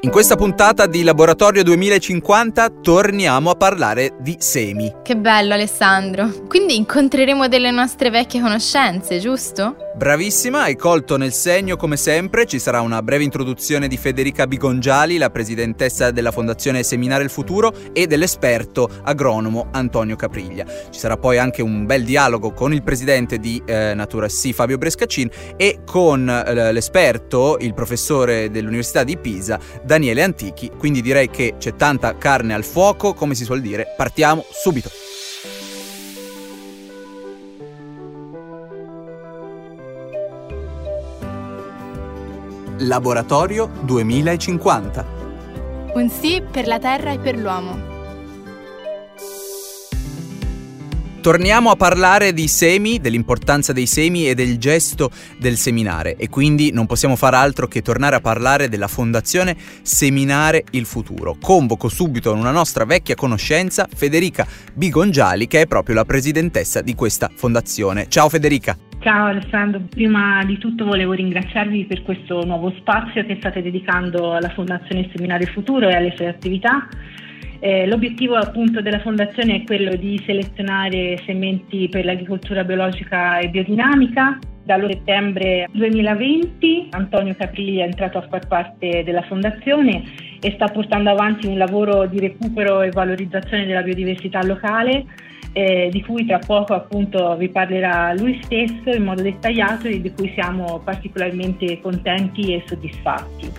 In questa puntata di Laboratorio 2050 torniamo a parlare di semi. Che bello, Alessandro. Quindi incontreremo delle nostre vecchie conoscenze, giusto? Bravissima, hai colto nel segno come sempre. Ci sarà una breve introduzione di Federica Bigongiali, la presidentessa della Fondazione Seminare il Futuro, e dell'esperto agronomo Antonio Capriglia. Ci sarà poi anche un bel dialogo con il presidente di Naturassi, Fabio Brescaccin, e con l'esperto, il professore dell'Università di Pisa, Daniele Antichi. Quindi direi che c'è tanta carne al fuoco, come si suol dire. Partiamo subito. Laboratorio 2050. Un sì per la terra e per l'uomo. Torniamo a parlare di semi, dell'importanza dei semi e del gesto del seminare, e quindi non possiamo far altro che tornare a parlare della Fondazione Seminare il Futuro. Convoco subito una nostra vecchia conoscenza, Federica Bigongiali, che è proprio la presidentessa di questa fondazione. Ciao Federica. Ciao Alessandro, prima di tutto volevo ringraziarvi per questo nuovo spazio che state dedicando alla Fondazione Seminare il Futuro e alle sue attività. L'obiettivo appunto della Fondazione è quello di selezionare sementi per l'agricoltura biologica e biodinamica. Dallo settembre 2020 Antonio Capriglia è entrato a far parte della Fondazione e sta portando avanti un lavoro di recupero e valorizzazione della biodiversità locale, di cui tra poco appunto vi parlerà lui stesso in modo dettagliato e di cui siamo particolarmente contenti e soddisfatti.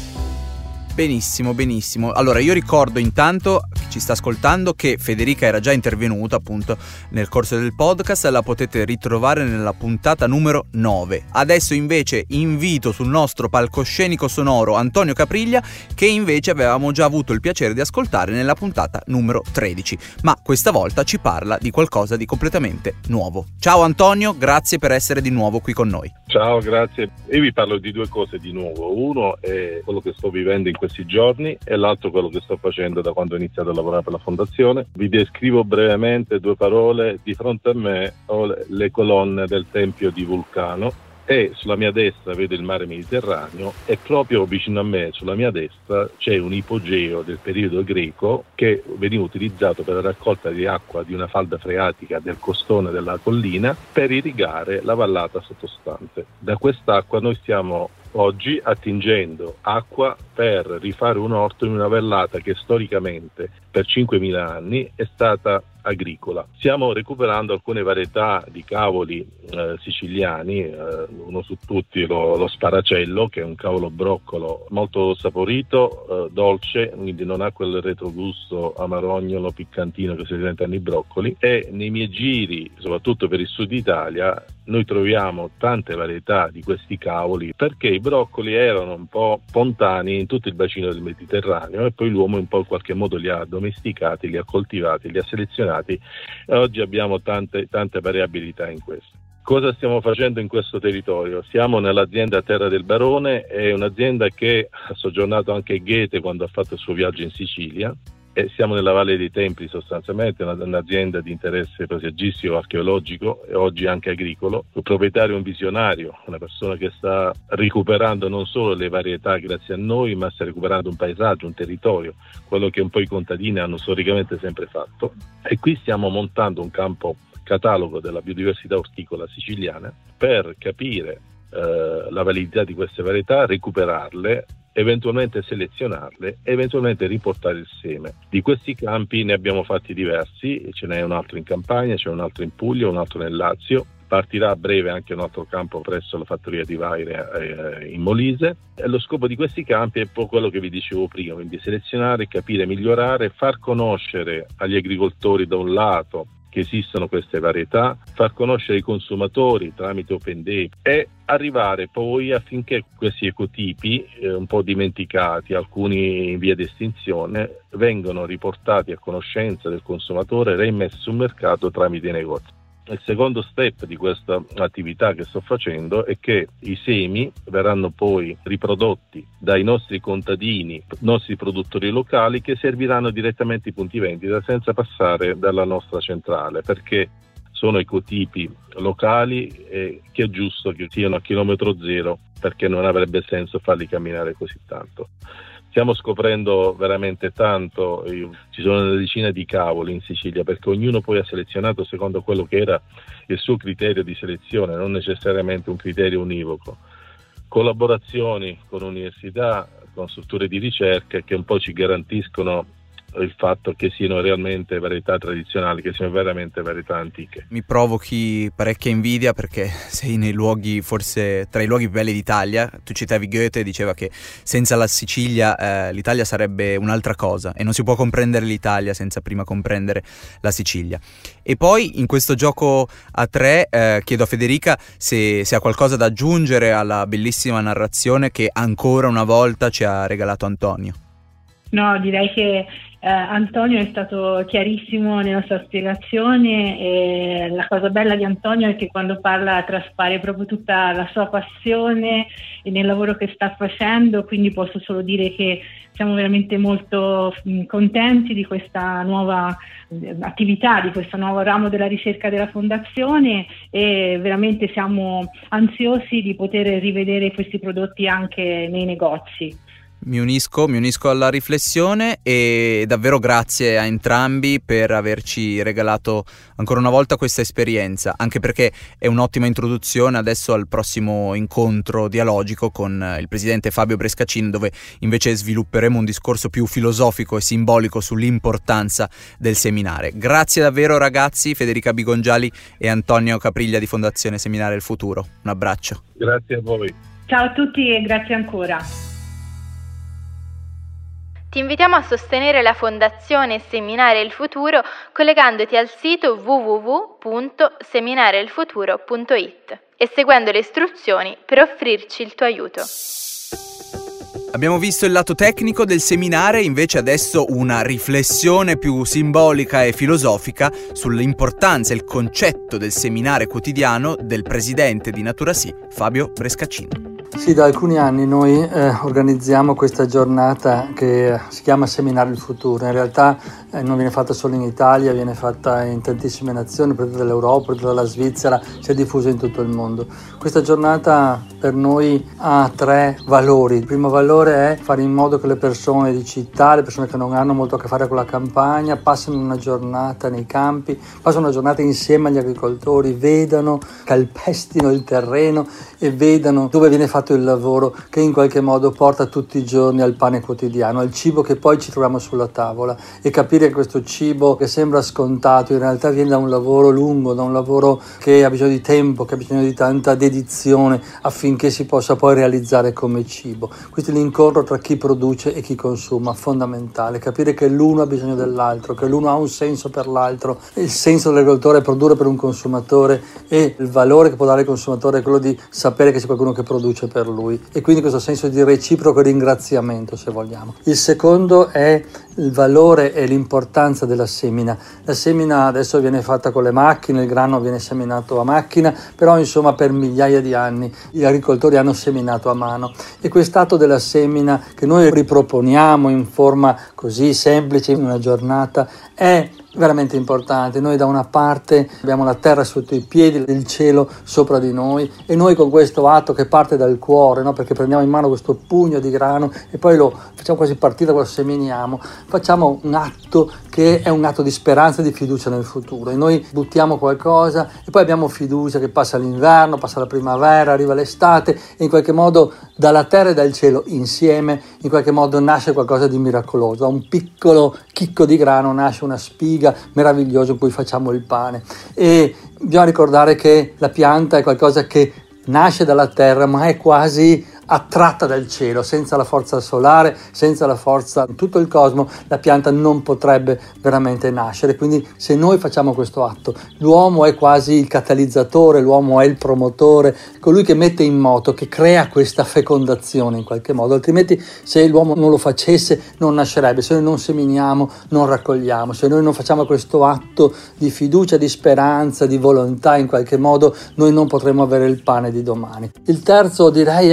Benissimo, benissimo. Allora io ricordo intanto, chi ci sta ascoltando, che Federica era già intervenuta appunto nel corso del podcast, la potete ritrovare nella puntata numero 9. Adesso invece invito sul nostro palcoscenico sonoro Antonio Capriglia, che invece avevamo già avuto il piacere di ascoltare nella puntata numero 13, ma questa volta ci parla di qualcosa di completamente nuovo. Ciao Antonio, grazie per essere di nuovo qui con noi. Ciao, grazie. Io vi parlo di due cose di nuovo. Uno è quello che sto vivendo in questi giorni e l'altro quello che sto facendo da quando ho iniziato a lavorare per la Fondazione. Vi descrivo brevemente due parole. Di fronte a me ho le colonne del Tempio di Vulcano e sulla mia destra vedo il mare Mediterraneo e proprio vicino a me, sulla mia destra, c'è un ipogeo del periodo greco che veniva utilizzato per la raccolta di acqua di una falda freatica del costone della collina per irrigare la vallata sottostante. Da quest'acqua noi stiamo oggi attingendo acqua per rifare un orto in una vallata che storicamente per 5.000 anni è stata agricola. Stiamo recuperando alcune varietà di cavoli siciliani, uno su tutti lo sparacello, che è un cavolo broccolo molto saporito, dolce, quindi non ha quel retrogusto amarognolo piccantino che si sente nei broccoli, e nei miei giri, soprattutto per il sud Italia, noi troviamo tante varietà di questi cavoli perché i broccoli erano un po' spontanei in tutto il bacino del Mediterraneo e poi l'uomo in qualche modo li ha domesticati, li ha coltivati, li ha selezionati e oggi abbiamo tante variabilità in questo. Cosa stiamo facendo in questo territorio? Siamo nell'azienda Terra del Barone, è un'azienda che ha soggiornato anche Goethe quando ha fatto il suo viaggio in Sicilia. E siamo nella Valle dei Templi sostanzialmente, un'azienda di interesse paesaggistico, archeologico e oggi anche agricolo. Il proprietario è un visionario, una persona che sta recuperando non solo le varietà grazie a noi, ma sta recuperando un paesaggio, un territorio, quello che un po' i contadini hanno storicamente sempre fatto. E qui stiamo montando un campo catalogo della biodiversità orticola siciliana per capire la validità di queste varietà, recuperarle, eventualmente selezionarle, eventualmente riportare il seme. Di questi campi ne abbiamo fatti diversi, ce n'è un altro in Campania, c'è un altro in Puglia, un altro nel Lazio. Partirà a breve anche un altro campo presso la fattoria di Vaire in Molise, e lo scopo di questi campi è un po' quello che vi dicevo prima, quindi selezionare, capire, migliorare, far conoscere agli agricoltori da un lato che esistono queste varietà, far conoscere i consumatori tramite Open Day e arrivare poi affinché questi ecotipi, un po' dimenticati, alcuni in via di estinzione, vengano riportati a conoscenza del consumatore e reimmessi sul mercato tramite i negozi. Il secondo step di questa attività che sto facendo è che i semi verranno poi riprodotti dai nostri contadini, nostri produttori locali, che serviranno direttamente ai punti vendita senza passare dalla nostra centrale, perché sono ecotipi locali e che è giusto che siano a chilometro zero, perché non avrebbe senso farli camminare così tanto. Stiamo scoprendo veramente tanto, ci sono una decina di cavoli in Sicilia, perché ognuno poi ha selezionato secondo quello che era il suo criterio di selezione, non necessariamente un criterio univoco. Collaborazioni con università, con strutture di ricerca che un po' ci garantiscono il fatto che siano realmente varietà tradizionali, che siano veramente varietà antiche. Mi provochi parecchia invidia perché sei nei luoghi, forse tra i luoghi più belli d'Italia. Tu citavi Goethe, diceva che senza la Sicilia l'Italia sarebbe un'altra cosa e non si può comprendere l'Italia senza prima comprendere la Sicilia. E poi in questo gioco a tre chiedo a Federica se ha qualcosa da aggiungere alla bellissima narrazione che ancora una volta ci ha regalato Antonio. No, direi che Antonio è stato chiarissimo nella sua spiegazione e la cosa bella di Antonio è che quando parla traspare proprio tutta la sua passione nel lavoro che sta facendo, quindi posso solo dire che siamo veramente molto contenti di questa nuova attività, di questo nuovo ramo della ricerca della Fondazione e veramente siamo ansiosi di poter rivedere questi prodotti anche nei negozi. Mi unisco alla riflessione e davvero grazie a entrambi per averci regalato ancora una volta questa esperienza, anche perché è un'ottima introduzione adesso al prossimo incontro dialogico con il presidente Fabio Brescacin, dove invece svilupperemo un discorso più filosofico e simbolico sull'importanza del seminare. Grazie davvero ragazzi, Federica Bigongiali e Antonio Capriglia di Fondazione Seminare il Futuro. Un abbraccio. Grazie a voi. Ciao a tutti e grazie ancora. Ti invitiamo a sostenere la Fondazione Seminare il Futuro collegandoti al sito www.seminareilfuturo.it e seguendo le istruzioni per offrirci il tuo aiuto. Abbiamo visto il lato tecnico del seminare, invece adesso una riflessione più simbolica e filosofica sull'importanza e il concetto del seminare quotidiano del presidente di Natura Sì, Fabio Brescacin. Sì, da alcuni anni noi organizziamo questa giornata che si chiama Seminare il Futuro. In realtà non viene fatta solo in Italia, viene fatta in tantissime nazioni, per tutta dall'Europa, per tutta dalla Svizzera, si è diffusa in tutto il mondo. Questa giornata per noi ha 3 valori. Il primo valore è fare in modo che le persone di città, le persone che non hanno molto a che fare con la campagna, passino una giornata nei campi, passano una giornata insieme agli agricoltori, vedano, calpestino il terreno e vedano dove viene fatto il lavoro che in qualche modo porta tutti i giorni al pane quotidiano, al cibo che poi ci troviamo sulla tavola, e capire che questo cibo che sembra scontato in realtà viene da un lavoro lungo, da un lavoro che ha bisogno di tempo, che ha bisogno di tanta dedizione affinché si possa poi realizzare come cibo. Questo è l'incontro tra chi produce e chi consuma, fondamentale, capire che l'uno ha bisogno dell'altro, che l'uno ha un senso per l'altro. Il senso dell'agricoltore è produrre per un consumatore e il valore che può dare il consumatore è quello di sapere che c'è qualcuno che produce per lui, e quindi questo senso di reciproco ringraziamento, se vogliamo. Il secondo è il valore e l'importanza della semina. La semina adesso viene fatta con le macchine, il grano viene seminato a macchina, però insomma per migliaia di anni gli agricoltori hanno seminato a mano, e quest'atto della semina che noi riproponiamo in forma così semplice in una giornata è veramente importante. Noi da una parte abbiamo la terra sotto i piedi, il cielo sopra di noi, e noi con questo atto che parte dal cuore, no? Perché prendiamo in mano questo pugno di grano e poi lo facciamo quasi partire, lo seminiamo, facciamo un atto che è un atto di speranza e di fiducia nel futuro, e noi buttiamo qualcosa e poi abbiamo fiducia che passa l'inverno, passa la primavera, arriva l'estate, e in qualche modo dalla terra e dal cielo insieme in qualche modo nasce qualcosa di miracoloso. Da un piccolo chicco di grano nasce una spiga meravigliosa in cui facciamo il pane, e bisogna ricordare che la pianta è qualcosa che nasce dalla terra ma è quasi attratta dal cielo. Senza la forza solare, senza la forza di tutto il cosmo, la pianta non potrebbe veramente nascere. Quindi se noi facciamo questo atto, l'uomo è quasi il catalizzatore, l'uomo è il promotore, colui che mette in moto, che crea questa fecondazione in qualche modo. Altrimenti, se l'uomo non lo facesse, non nascerebbe. Se noi non seminiamo, non raccogliamo. Se noi non facciamo questo atto di fiducia, di speranza, di volontà, in qualche modo noi non potremo avere il pane di domani. Il terzo, direi, è che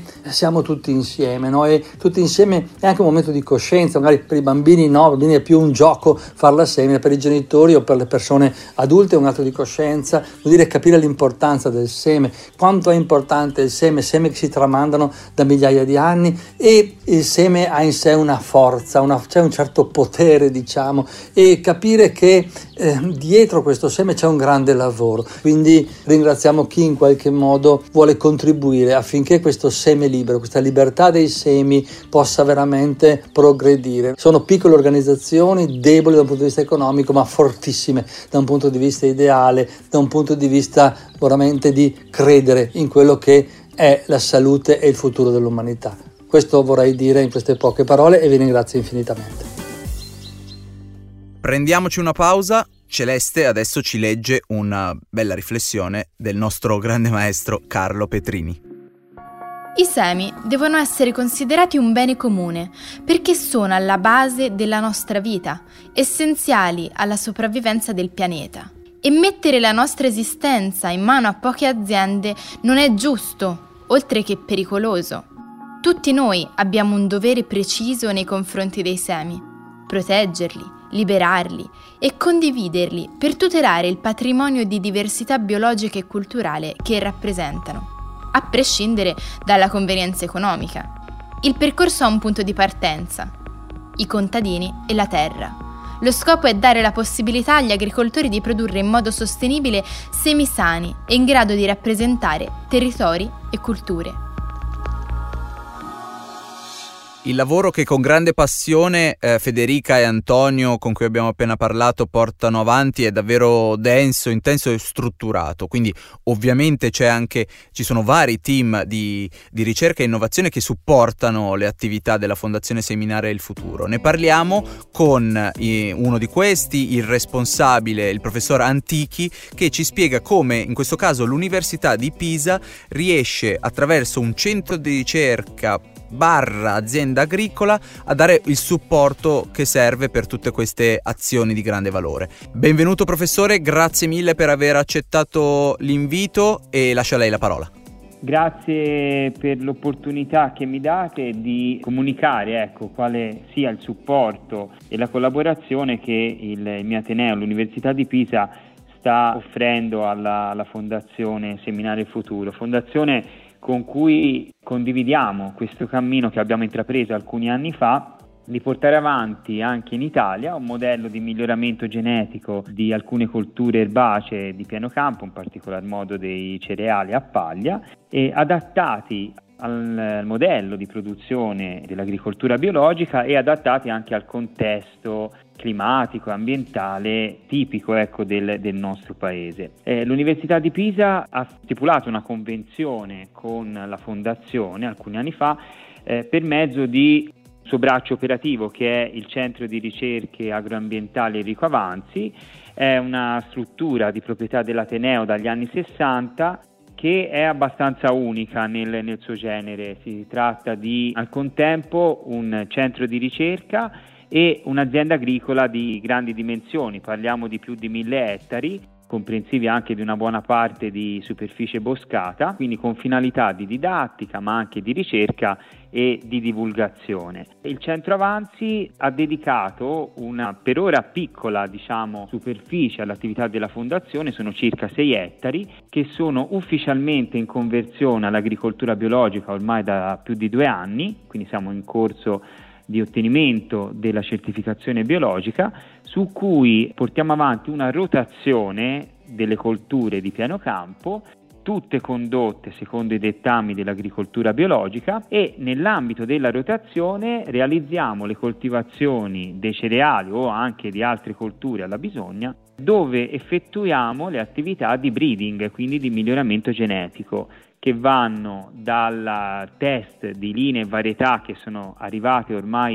siamo tutti insieme, no? E tutti insieme è anche un momento di coscienza, magari per i bambini no, per i bambini è più un gioco farla semina, per i genitori o per le persone adulte è un atto di coscienza, vuol dire capire l'importanza del seme, quanto è importante il seme che si tramandano da migliaia di anni, e il seme ha in sé una forza, c'è un certo potere, diciamo, e capire che dietro questo seme c'è un grande lavoro. Quindi ringraziamo chi in qualche modo vuole contribuire affinché questo seme libero, questa libertà dei semi possa veramente progredire. Sono piccole organizzazioni, deboli da un punto di vista economico, ma fortissime da un punto di vista ideale, da un punto di vista veramente di credere in quello che è la salute e il futuro dell'umanità. Questo vorrei dire in queste poche parole e vi ringrazio infinitamente. Prendiamoci una pausa. Celeste adesso ci legge una bella riflessione del nostro grande maestro Carlo Petrini. I semi devono essere considerati un bene comune perché sono alla base della nostra vita, essenziali alla sopravvivenza del pianeta. E mettere la nostra esistenza in mano a poche aziende non è giusto, oltre che pericoloso. Tutti noi abbiamo un dovere preciso nei confronti dei semi: proteggerli, liberarli e condividerli per tutelare il patrimonio di diversità biologica e culturale che rappresentano, a prescindere dalla convenienza economica. Il percorso ha un punto di partenza: i contadini e la terra. Lo scopo è dare la possibilità agli agricoltori di produrre in modo sostenibile semi sani e in grado di rappresentare territori e culture. Il lavoro che con grande passione Federica e Antonio, con cui abbiamo appena parlato, portano avanti è davvero denso, intenso e strutturato. Quindi ovviamente ci sono vari team di ricerca e innovazione che supportano le attività della Fondazione Seminare il Futuro. Ne parliamo con uno di questi, il responsabile, il professor Antichi, che ci spiega come in questo caso l'Università di Pisa riesce, attraverso un centro di ricerca / azienda agricola, a dare il supporto che serve per tutte queste azioni di grande valore. Benvenuto professore, grazie mille per aver accettato l'invito e lascio a lei la parola. Grazie per l'opportunità che mi date di comunicare quale sia il supporto e la collaborazione che il mio Ateneo, l'Università di Pisa, sta offrendo alla Fondazione Seminare il Futuro, fondazione con cui condividiamo questo cammino che abbiamo intrapreso alcuni anni fa di portare avanti anche in Italia un modello di miglioramento genetico di alcune colture erbacee di piano campo, in particolar modo dei cereali a paglia, e adattati al modello di produzione dell'agricoltura biologica e adattati anche al contesto climatico e ambientale tipico del nostro paese. L'Università di Pisa ha stipulato una convenzione con la Fondazione alcuni anni fa per mezzo di un suo braccio operativo, che è il Centro di Ricerche Agroambientali Enrico Avanzi. È una struttura di proprietà dell'Ateneo dagli anni 60 che è abbastanza unica nel suo genere. Si tratta di, al contempo, un centro di ricerca e un'azienda agricola di grandi dimensioni. Parliamo di più di 1000 ettari, comprensivi anche di una buona parte di superficie boscata, quindi con finalità di didattica ma anche di ricerca e di divulgazione. Il Centro Avanzi ha dedicato una per ora piccola superficie all'attività della Fondazione, sono circa 6 ettari, che sono ufficialmente in conversione all'agricoltura biologica ormai da più di 2 anni, quindi siamo in corso di ottenimento della certificazione biologica, su cui portiamo avanti una rotazione delle colture di piano campo, tutte condotte secondo i dettami dell'agricoltura biologica, e nell'ambito della rotazione realizziamo le coltivazioni dei cereali o anche di altre colture alla bisogna, dove effettuiamo le attività di breeding, quindi di miglioramento genetico, che vanno dal test di linee e varietà che sono arrivate ormai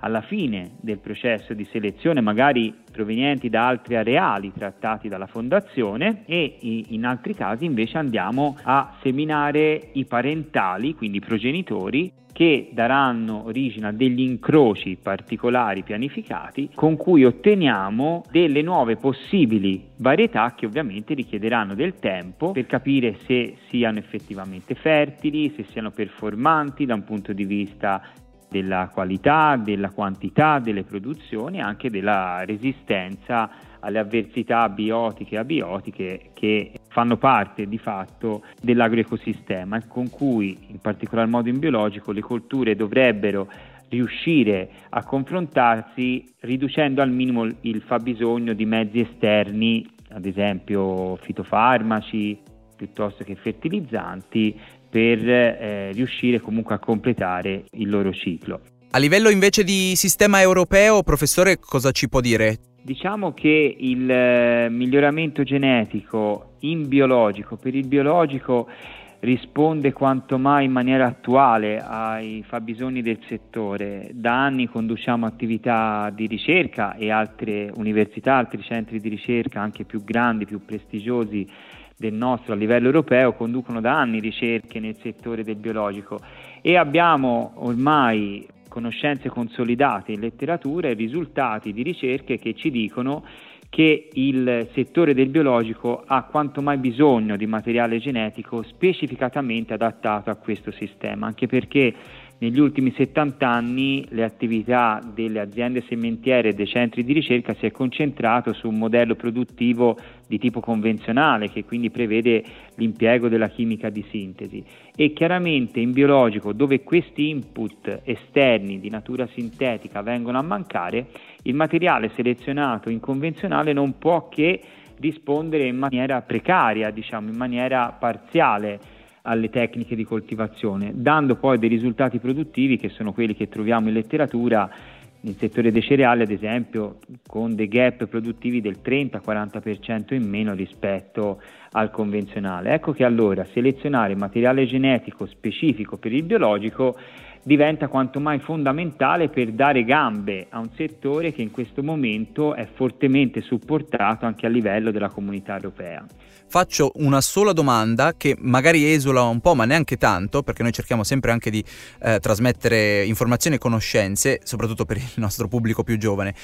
alla fine del processo di selezione, magari provenienti da altri areali trattati dalla fondazione, e in altri casi invece andiamo a seminare i parentali, quindi i progenitori, che daranno origine a degli incroci particolari pianificati con cui otteniamo delle nuove possibili varietà che ovviamente richiederanno del tempo per capire se siano effettivamente fertili, se siano performanti da un punto di vista della qualità, della quantità delle produzioni e anche della resistenza alle avversità biotiche e abiotiche che fanno parte di fatto dell'agroecosistema e con cui, in particolar modo in biologico, le colture dovrebbero riuscire a confrontarsi riducendo al minimo il fabbisogno di mezzi esterni, ad esempio fitofarmaci piuttosto che fertilizzanti, per riuscire comunque a completare il loro ciclo. A livello invece di sistema europeo, professore, cosa ci può dire? Diciamo che il miglioramento genetico in biologico, per il biologico, risponde quanto mai in maniera attuale ai fabbisogni del settore. Da anni conduciamo attività di ricerca e altre università, altri centri di ricerca anche più grandi, più prestigiosi del nostro a livello europeo, conducono da anni ricerche nel settore del biologico e abbiamo ormai conoscenze consolidate in letteratura e risultati di ricerche che ci dicono che il settore del biologico ha quanto mai bisogno di materiale genetico specificatamente adattato a questo sistema, anche perché negli ultimi 70 anni le attività delle aziende sementiere e dei centri di ricerca si è concentrato su un modello produttivo di tipo convenzionale che quindi prevede l'impiego della chimica di sintesi e chiaramente in biologico, dove questi input esterni di natura sintetica vengono a mancare, il materiale selezionato in convenzionale non può che rispondere in maniera precaria, diciamo in maniera parziale alle tecniche di coltivazione, dando poi dei risultati produttivi che sono quelli che troviamo in letteratura nel settore dei cereali, ad esempio, con dei gap produttivi del 30-40% in meno rispetto al convenzionale. Ecco che allora selezionare materiale genetico specifico per il biologico diventa quanto mai fondamentale per dare gambe a un settore che in questo momento è fortemente supportato anche a livello della comunità europea. Faccio una sola domanda che magari esula un po', ma neanche tanto, perché noi cerchiamo sempre anche di trasmettere informazioni e conoscenze, soprattutto per il nostro pubblico più giovane.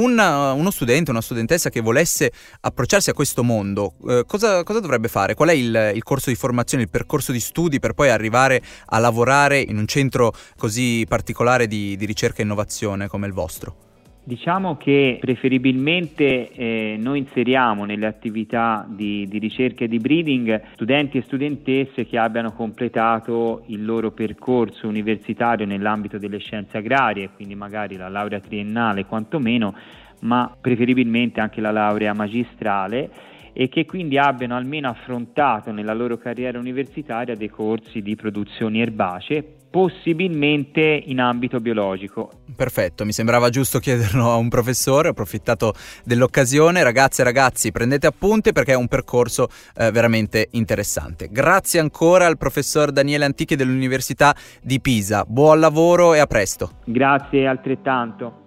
Uno studente, una studentessa che volesse approcciarsi a questo mondo, cosa dovrebbe fare? Qual è il corso di formazione, il percorso di studi per poi arrivare a lavorare in un centro così particolare di ricerca e innovazione come il vostro? Diciamo che preferibilmente noi inseriamo nelle attività di ricerca e di breeding studenti e studentesse che abbiano completato il loro percorso universitario nell'ambito delle scienze agrarie, quindi magari la laurea triennale quantomeno, ma preferibilmente anche la laurea magistrale, e che quindi abbiano almeno affrontato nella loro carriera universitaria dei corsi di produzioni erbacee, possibilmente in ambito biologico. Perfetto, mi sembrava giusto chiederlo a un professore, ho approfittato dell'occasione. Ragazze e ragazzi, prendete appunti perché è un percorso veramente interessante. Grazie ancora al professor Daniele Antichi dell'Università di Pisa, buon lavoro e a presto. Grazie altrettanto.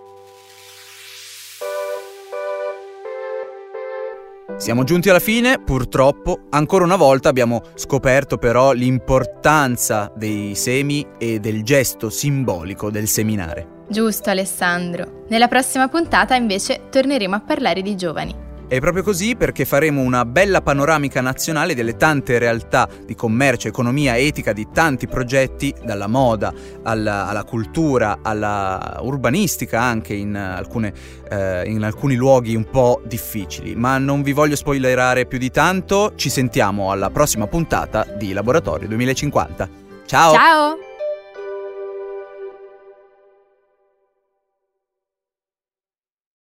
Siamo giunti alla fine, purtroppo. Ancora una volta abbiamo scoperto però l'importanza dei semi e del gesto simbolico del seminare. Giusto, Alessandro. Nella prossima puntata invece torneremo a parlare di giovani. È proprio così, perché faremo una bella panoramica nazionale delle tante realtà di commercio, economia, etica, di tanti progetti, dalla moda alla cultura, alla urbanistica anche in alcuni luoghi un po' difficili. Ma non vi voglio spoilerare più di tanto, ci sentiamo alla prossima puntata di Laboratorio 2050. Ciao! Ciao!